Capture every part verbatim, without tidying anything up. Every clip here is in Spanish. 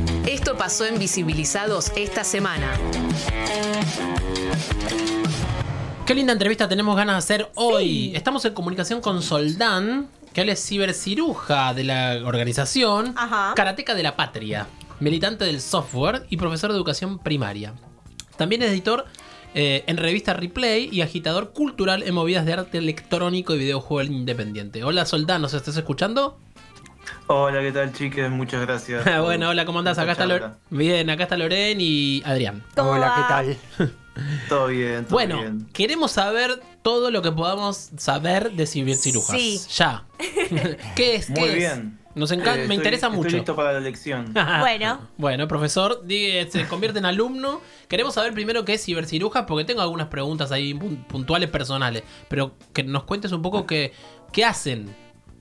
Esto pasó en Visibilizados esta semana. Qué linda entrevista tenemos ganas de hacer hoy. Sí. Estamos en comunicación con Soldán, que él es ciberciruja de la organización Ajá. Karateka de la Patria, militante del software y profesor de educación primaria. También es editor eh, en revista Replay y agitador cultural en movidas de arte electrónico y videojuego independiente. Hola Soldán, ¿nos estás escuchando? Hola, ¿qué tal, chiques? Muchas gracias. Bueno, hola, ¿cómo andás? Acá está Lore- Bien, acá está Loren y Adrián. ¿Cómo Hola, va? ¿qué tal? Todo bien, todo Bueno, bien. queremos saber todo lo que podamos saber de cibercirujas. Sí. Ya. ¿Qué es? Muy ¿Qué es? bien. Nos encanta, Eh, me estoy- interesa estoy mucho. listo para la lección. Bueno. Bueno, profesor, di- se convierte en alumno. Queremos saber primero qué es cibercirujas, porque tengo algunas preguntas ahí pun- puntuales personales. Pero que nos cuentes un poco qué, qué hacen.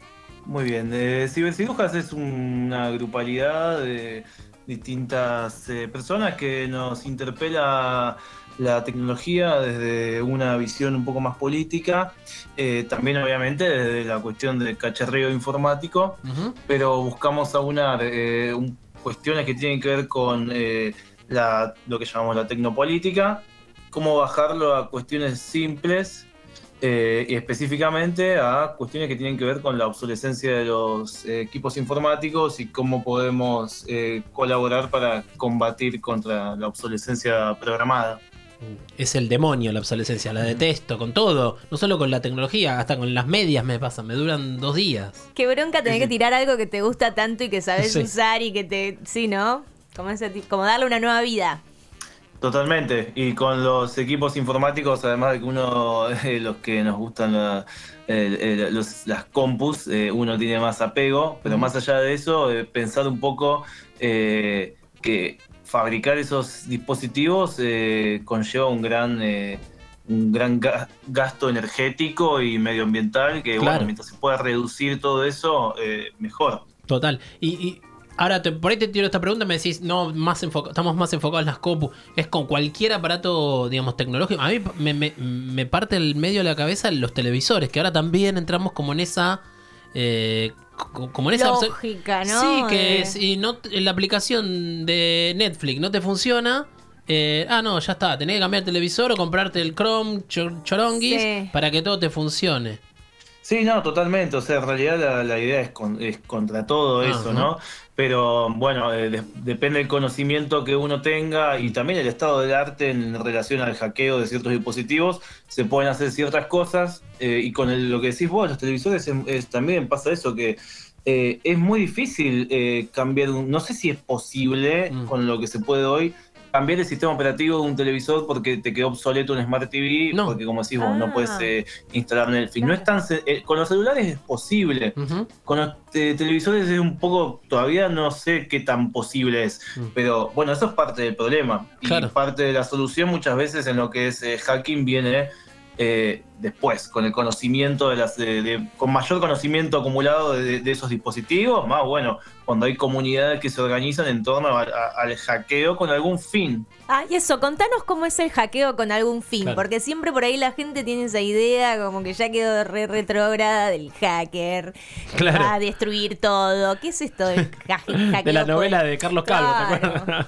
Muy bien. Eh, Cibercirujas es una grupalidad de distintas eh, personas que nos interpela la tecnología desde una visión un poco más política, eh, también obviamente desde la cuestión del cacharreo informático, Ujú. pero buscamos aunar eh, un- cuestiones que tienen que ver con eh, la, lo que llamamos la tecnopolítica, cómo bajarlo a cuestiones simples eh, y específicamente a cuestiones que tienen que ver con la obsolescencia de los eh, equipos informáticos y cómo podemos eh, colaborar para combatir contra la obsolescencia programada. Es el demonio la obsolescencia, la detesto, con todo. No solo con la tecnología, hasta con las medias me pasa, me duran dos días. Qué bronca tener Sí, que sí. tirar algo que te gusta tanto y que sabes Sí. usar y que te... Sí, ¿no? Como, ese, ti- como darle una nueva vida. Totalmente, y con los equipos informáticos, además de que uno, eh, los que nos gustan la- el- el- los- las compus, eh, uno tiene más apego, pero Ujú. más allá de eso, eh, pensar un poco eh, que fabricar esos dispositivos eh, conlleva un gran, eh, un gran ga- gasto energético y medioambiental, que Claro. bueno, mientras se pueda reducir todo eso, eh, mejor. Total. Y, y ahora, te- por ahí te tiro esta pregunta, me decís, no, más enfoca- estamos más enfocados en las compu. Es con cualquier aparato, digamos, tecnológico. A mí me, me- me parte el medio de la cabeza los televisores, que ahora también entramos como en esa... eh, co- como en esa obse- Lógica, ¿no? Sí, que Eh, si no, la aplicación de Netflix no te funciona... eh, ah, no, ya está. Tenés que cambiar el televisor o comprarte el Chrome chor- choronguis Sí. para que todo te funcione. Sí, no, totalmente. O sea, en realidad la, la idea es, con- es contra todo Ajá. eso, ¿no? Pero bueno, eh, de- depende del conocimiento que uno tenga y también el estado del arte en relación al hackeo de ciertos dispositivos. Se pueden hacer ciertas cosas eh, y con el- lo que decís vos, los televisores, es- es- también pasa eso, que eh, es muy difícil eh, cambiar, un- no sé si es posible Mm. con lo que se puede hoy, cambiar el sistema operativo de un televisor porque te quedó obsoleto un Smart T V, No. porque como decís vos, Ah. no puedes eh, instalar Netflix. No es tan, se- eh, con los celulares es posible. Ujú. Con los eh, televisores es un poco, todavía no sé qué tan posible es, Mm. pero bueno, eso es parte del problema. Y Claro. parte de la solución muchas veces en lo que es eh, hacking viene eh, después, con el conocimiento de las, de- de- con mayor conocimiento acumulado de, de esos dispositivos, más bueno, cuando hay comunidades que se organizan en torno a- a- al hackeo con algún fin. Ah, y eso, contanos cómo es el hackeo con algún fin, Claro. porque siempre por ahí la gente tiene esa idea como que ya quedó re retrógrada del hacker, que Claro. va a destruir todo. ¿Qué es esto del ha- hackeo? De la novela con- de Carlos Calvo, ¿te Claro. acuerdas?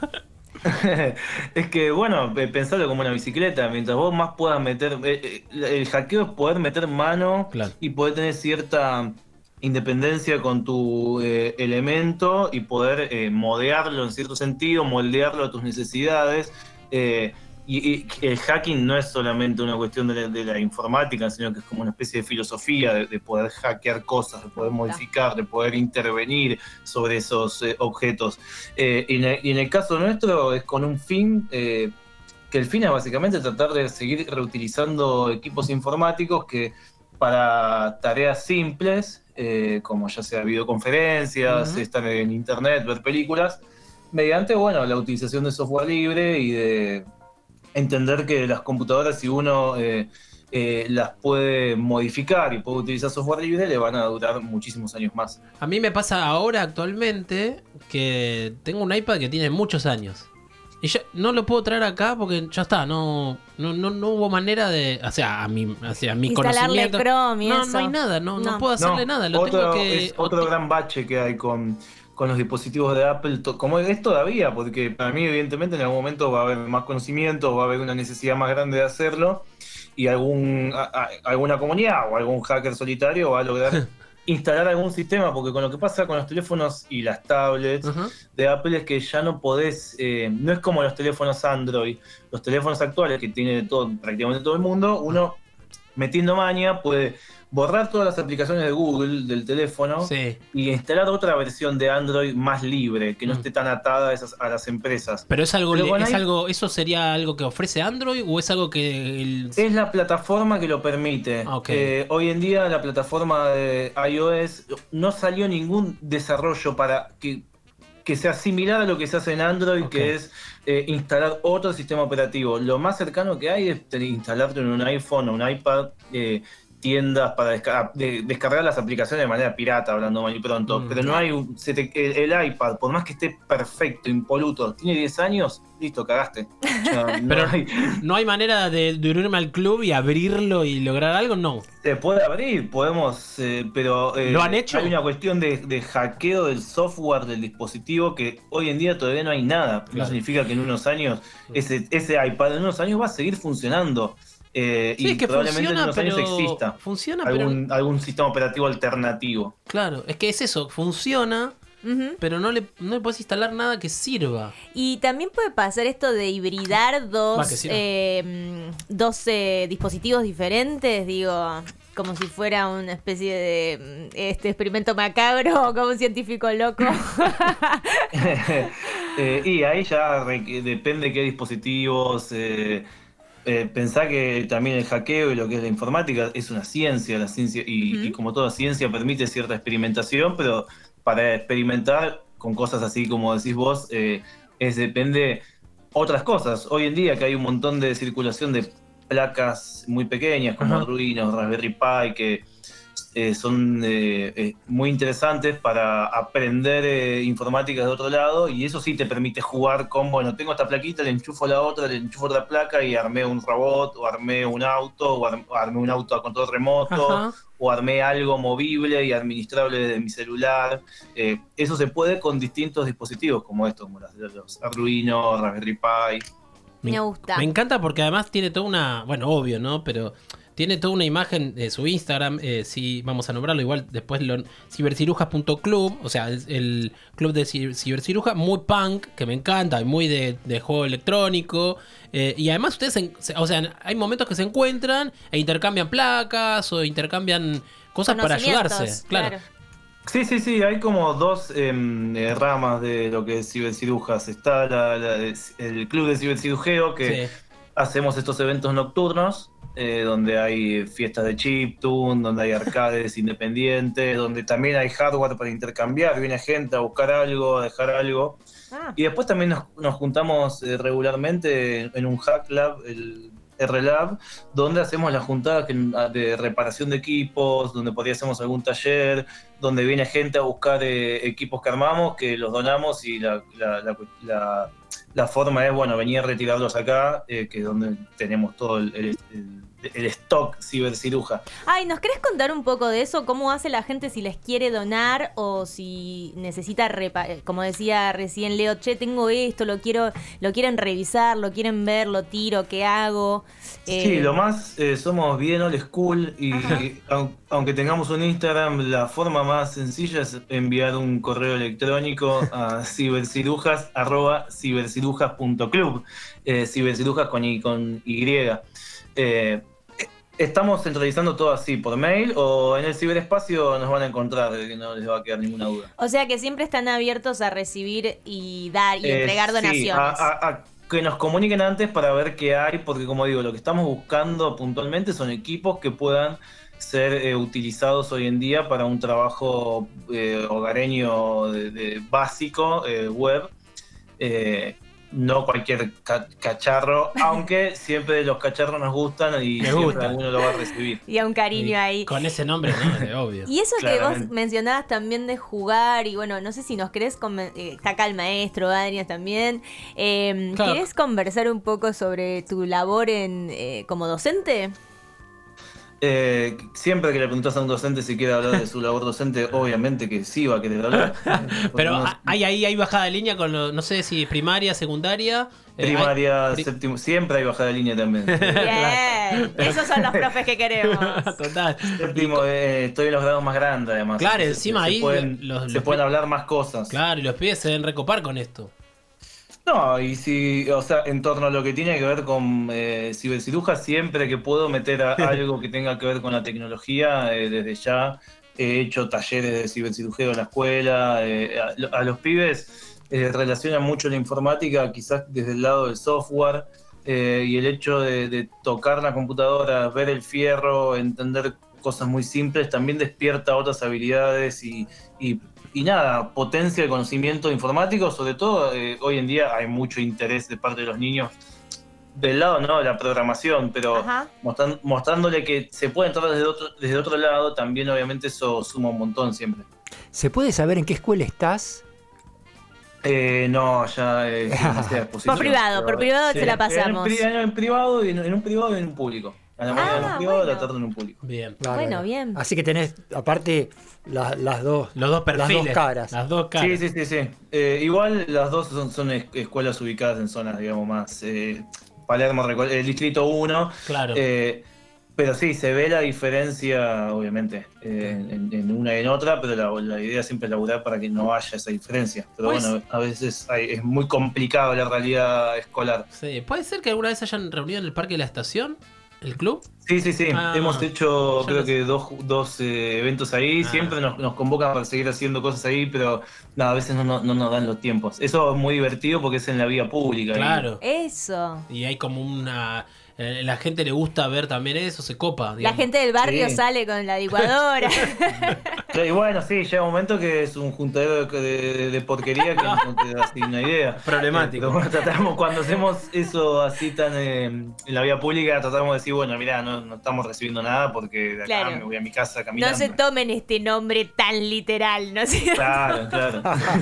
Es que, bueno, eh, pensarlo como una bicicleta, mientras vos más puedas meter, eh, eh, el hackeo es poder meter mano Claro. y poder tener cierta independencia con tu eh, elemento y poder eh, modearlo en cierto sentido, moldearlo a tus necesidades. eh, y, y el hacking no es solamente una cuestión de la, de la informática, sino que es como una especie de filosofía de, de poder hackear cosas, de poder modificar, de poder intervenir sobre esos eh, objetos. Eh, y, en el, y en el caso nuestro es con un fin, eh, que el fin es básicamente tratar de seguir reutilizando equipos informáticos que para tareas simples, eh, como ya sea videoconferencias, Ujú. estar en internet, ver películas, mediante bueno, la utilización de software libre y de entender que las computadoras, si uno eh, eh, las puede modificar y puede utilizar software libre, le van a durar muchísimos años más. A mí me pasa ahora actualmente que tengo un iPad que tiene muchos años. Y ya no lo puedo traer acá porque ya está, no no no, no hubo manera de, o sea, a mi, o sea, a mi Instalarle conocimiento. Chrome y no, eso. no hay nada, no, no. No. puedo hacerle No, nada, lo otro, tengo que es otro o- gran bache que hay con, con los dispositivos de Apple, to- como es todavía, porque para mí evidentemente en algún momento va a haber más conocimiento, va a haber una necesidad más grande de hacerlo y algún a- a- alguna comunidad o algún hacker solitario va a lograr instalar algún sistema, porque con lo que pasa con los teléfonos y las tablets Ajá. de Apple es que ya no podés, eh, no es como los teléfonos Android, los teléfonos actuales que tiene todo, prácticamente todo el mundo, uno metiendo maña puede borrar todas las aplicaciones de Google del teléfono Sí. y instalar otra versión de Android más libre, que no Mm. esté tan atada a, esas, a las empresas. Pero es algo, Pero le- con es iPhone- algo, ¿eso sería algo que ofrece Android o es algo que el... Es la plataforma que lo permite. Ah, ok. Eh, hoy en día la plataforma de iOS no salió ningún desarrollo para que, que sea similar a lo que se hace en Android, Ok. que es eh, instalar otro sistema operativo. Lo más cercano que hay es te- instalarte en un iPhone o un iPad eh, tiendas para desca- de- descargar las aplicaciones de manera pirata, hablando mal y pronto. Mm. Pero no hay un, se te- el, el iPad, por más que esté perfecto, impoluto, tiene diez años, listo, cagaste. Ya, no Pero- hay- ¿No hay manera de, de unirme al club y abrirlo y lograr algo? No. Se puede abrir, podemos, eh, pero eh, ¿Lo han hecho? hay una cuestión de, de hackeo del software del dispositivo que hoy en día todavía no hay nada. Claro. No significa que en unos años ese, ese iPad en unos años va a seguir funcionando. Eh, Sí, y es que probablemente en funciona, unos años pero... exista Funciona, pero... algún, algún sistema operativo alternativo. Claro, es que es eso, funciona, Ujú. pero no le, no le puedes instalar nada que sirva. Y también puede pasar esto de hibridar dos, Va, que sí, ¿no? eh, mm, dos eh, dispositivos diferentes, digo, como si fuera una especie de mm, este experimento macabro, como un científico loco. Eh, y ahí ya re- depende qué dispositivos. Eh, eh, pensá que también el hackeo y lo que es la informática es una ciencia, la ciencia y, Ujú. y como toda ciencia permite cierta experimentación, pero para experimentar con cosas así como decís vos, eh, es depende otras cosas. Hoy en día que hay un montón de circulación de placas muy pequeñas como Ajá. Arduino, Raspberry Pi, que eh, son eh, eh, muy interesantes para aprender eh, informática de otro lado, y eso sí te permite jugar con, bueno, tengo esta plaquita, le enchufo la otra, le enchufo otra placa y armé un robot, o armé un auto, o ar- o armé un auto a control remoto, Ajá. o armé algo movible y administrable desde mi celular. Eh, eso se puede con distintos dispositivos como estos, como los, los Arduino, Raspberry Pi. Me gusta. Me encanta porque además tiene toda una, bueno, obvio, ¿no? Pero tiene toda una imagen de su Instagram, eh, si vamos a nombrarlo igual, después lo cibercirujas punto club, o sea, el, el club de ci- ciberciruja, muy punk, que me encanta, y muy de, de juego electrónico, eh, y además ustedes, se- se- o sea, hay momentos que se encuentran e intercambian placas o intercambian cosas para ayudarse, Conocimientos, claro. Sí, sí, sí, hay como dos em, eh, ramas de lo que es cibercirujas. Está la- la- el club de cibercirujeo, que Sí. hacemos estos eventos nocturnos, eh, donde hay fiestas de chiptune, donde hay arcades independientes, donde también hay hardware para intercambiar, viene gente a buscar algo, a dejar algo. Ah, Y después también nos, nos juntamos eh, regularmente en, en un Hack Lab, el R Lab, donde hacemos las juntadas que- de reparación de equipos, donde por ahí hacemos algún taller, donde viene gente a buscar eh, equipos que armamos, que los donamos y la, la, la, la- la forma es, bueno, venir a retirarlos acá, eh, que es donde tenemos todo el, el- el- el stock ciberciruja. Ay, ¿nos querés contar un poco de eso? ¿Cómo hace la gente si les quiere donar o si necesita, repa- como decía recién Leo, che, tengo esto, lo quiero, lo quieren revisar, lo quieren ver, lo tiro, ¿qué hago? Sí, Eh, lo más, eh, somos bien old school y Ajá. au- aunque tengamos un Instagram, la forma más sencilla es enviar un correo electrónico a cibercirujas arroba cibercirujas punto club, eh, cibercirujas con, y, con Y. Eh, estamos centralizando todo así, por mail o en el ciberespacio nos van a encontrar, eh, que no les va a quedar ninguna duda. O sea que siempre están abiertos a recibir y dar y Eh, entregar sí, donaciones. a, a- a que nos comuniquen antes para ver qué hay, porque como digo, lo que estamos buscando puntualmente son equipos que puedan ser eh, utilizados hoy en día para un trabajo eh, hogareño de, de básico, eh, web. Eh, no cualquier ca- cacharro, aunque siempre los cacharros nos gustan y Me siempre gusta. alguno lo va a recibir. Y a un cariño Y ahí. Con ese nombre, no, es obvio. Y eso que Claramente. vos mencionabas también de jugar, y bueno, no sé si nos querés, conven- eh, está acá el maestro, Adrián también, eh, Claro. ¿querés conversar un poco sobre tu labor en eh, como docente? Eh, siempre que le preguntas a un docente si quiere hablar de su labor docente, obviamente que sí va a querer hablar. Pero No- ah, hay ahí hay bajada de línea con, lo- no sé si primaria, secundaria. eh, primaria, hay- pri- séptimo, siempre hay bajada de línea también. Bien, esos son los profes que queremos. Total. Séptimo, eh, estoy en los grados más grandes además. Claro, Entonces, encima se ahí pueden, los- se los- pueden hablar más cosas. Claro, y los pibes se deben recopar con esto. No, y si, o sea, en torno a lo que tiene que ver con eh, ciberciruja, siempre que puedo meter a algo que tenga que ver con la tecnología, eh, desde ya he hecho talleres de cibercirujeo en la escuela. eh, a, a los pibes eh, relacionan mucho la informática, quizás desde el lado del software, eh, y el hecho de, de tocar la computadora, ver el fierro, entender cosas muy simples, también despierta otras habilidades y, y Y nada, potencia el conocimiento informático, sobre todo eh, hoy en día hay mucho interés de parte de los niños, del lado no de la programación, pero Ajá. mostran- mostrándole que se puede entrar desde otro, desde otro lado, también obviamente eso suma un montón siempre. ¿Se puede saber en qué escuela estás? Eh, no, ya eh, sin demasiada exposición, Por privado, pero- por privado sí, te la en- pasamos. En, pri- en privado, y en, en un privado y en un público. A la mañana en Ah, un privado, a la bueno. tarde en un público. Bien. Bueno, bien. Así que tenés, aparte, la- las dos. Los dos perfiles. Las dos caras. Las dos caras. Sí, sí, sí, sí. Eh, igual las dos son, son es- escuelas ubicadas en zonas, digamos, más. Eh, Palermo, Recol- el distrito uno. Claro. Eh, pero sí, se ve la diferencia, obviamente, eh, en, en una y en otra, pero la, la idea siempre es laburar para que no haya esa diferencia. Pero Pues- bueno, a veces hay- es muy complicado la realidad escolar. Sí. ¿Puede ser que alguna vez hayan reunido en el Parque de la Estación? ¿El club? Sí, sí, sí. Ah, Hemos hecho, ya creo lo que dos, dos eh, eventos ahí. Ah. Siempre nos, nos convocan para seguir haciendo cosas ahí, pero nada, a veces no, no, no nos dan los tiempos. Eso es muy divertido porque es en la vía pública. y- Claro. Eso. Y hay como una... eh, la gente le gusta ver también eso, se copa. La digamos. gente del barrio Sí. sale con la licuadora. Y bueno, sí, llega un momento que es un juntadero de, de- de porquería que no te da así una idea. Problemático. Pero bueno, tratamos, cuando hacemos eso así tan eh, en la vía pública, tratamos de decir, bueno, mirá, no, no estamos recibiendo nada porque de acá Claro. me voy a mi casa No caminando. se tomen este nombre tan literal, ¿no es cierto? Claro, claro.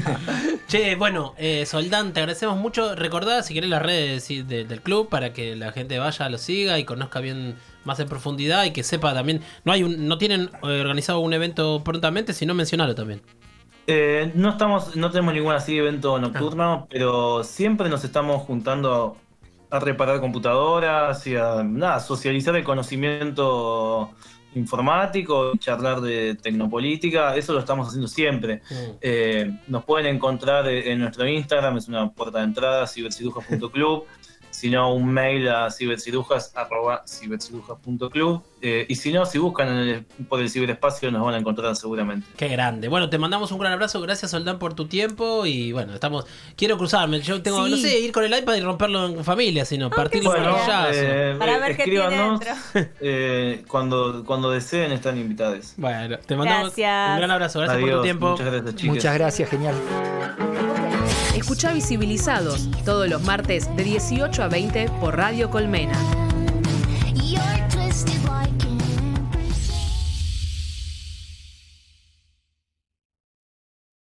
Che, bueno, eh, Soldán, te agradecemos mucho. Recordá, si querés, las redes sí, de- del club para que la gente vaya, lo siga y conozca bien más en profundidad y que sepa también. No hay un, no tienen eh, organizado un evento prontamente, sino mencionalo también. Eh, no estamos, no tenemos ningún así evento nocturno, pero siempre nos estamos juntando a reparar computadoras y a nada, socializar el conocimiento informático, charlar de tecnopolítica, eso lo estamos haciendo siempre. Eh, nos pueden encontrar en nuestro Instagram, es una puerta de entrada, cibercirujas punto club. Si no, un mail a cibercirujas arroba cibercirujas punto club. Eh, y si no, si buscan en el- por el ciberespacio, nos van a encontrar seguramente. Qué grande. Bueno, te mandamos un gran abrazo. Gracias, Soldán, por tu tiempo. Y bueno, estamos. Quiero cruzarme. Yo tengo, Sí. no sé, ir con el iPad y romperlo en familia, sino partirlo qué con bueno. un rodillazo. eh, Para eh, ver qué tiene escríbanos, dentro. eh, cuando, cuando deseen están invitados. Bueno, te mandamos Gracias. un gran abrazo. Gracias por Adiós, tu tiempo. muchas gracias, chicos. Muchas gracias, genial. Escuchá Visibilizados todos los martes de dieciocho a veinte por Radio Colmena.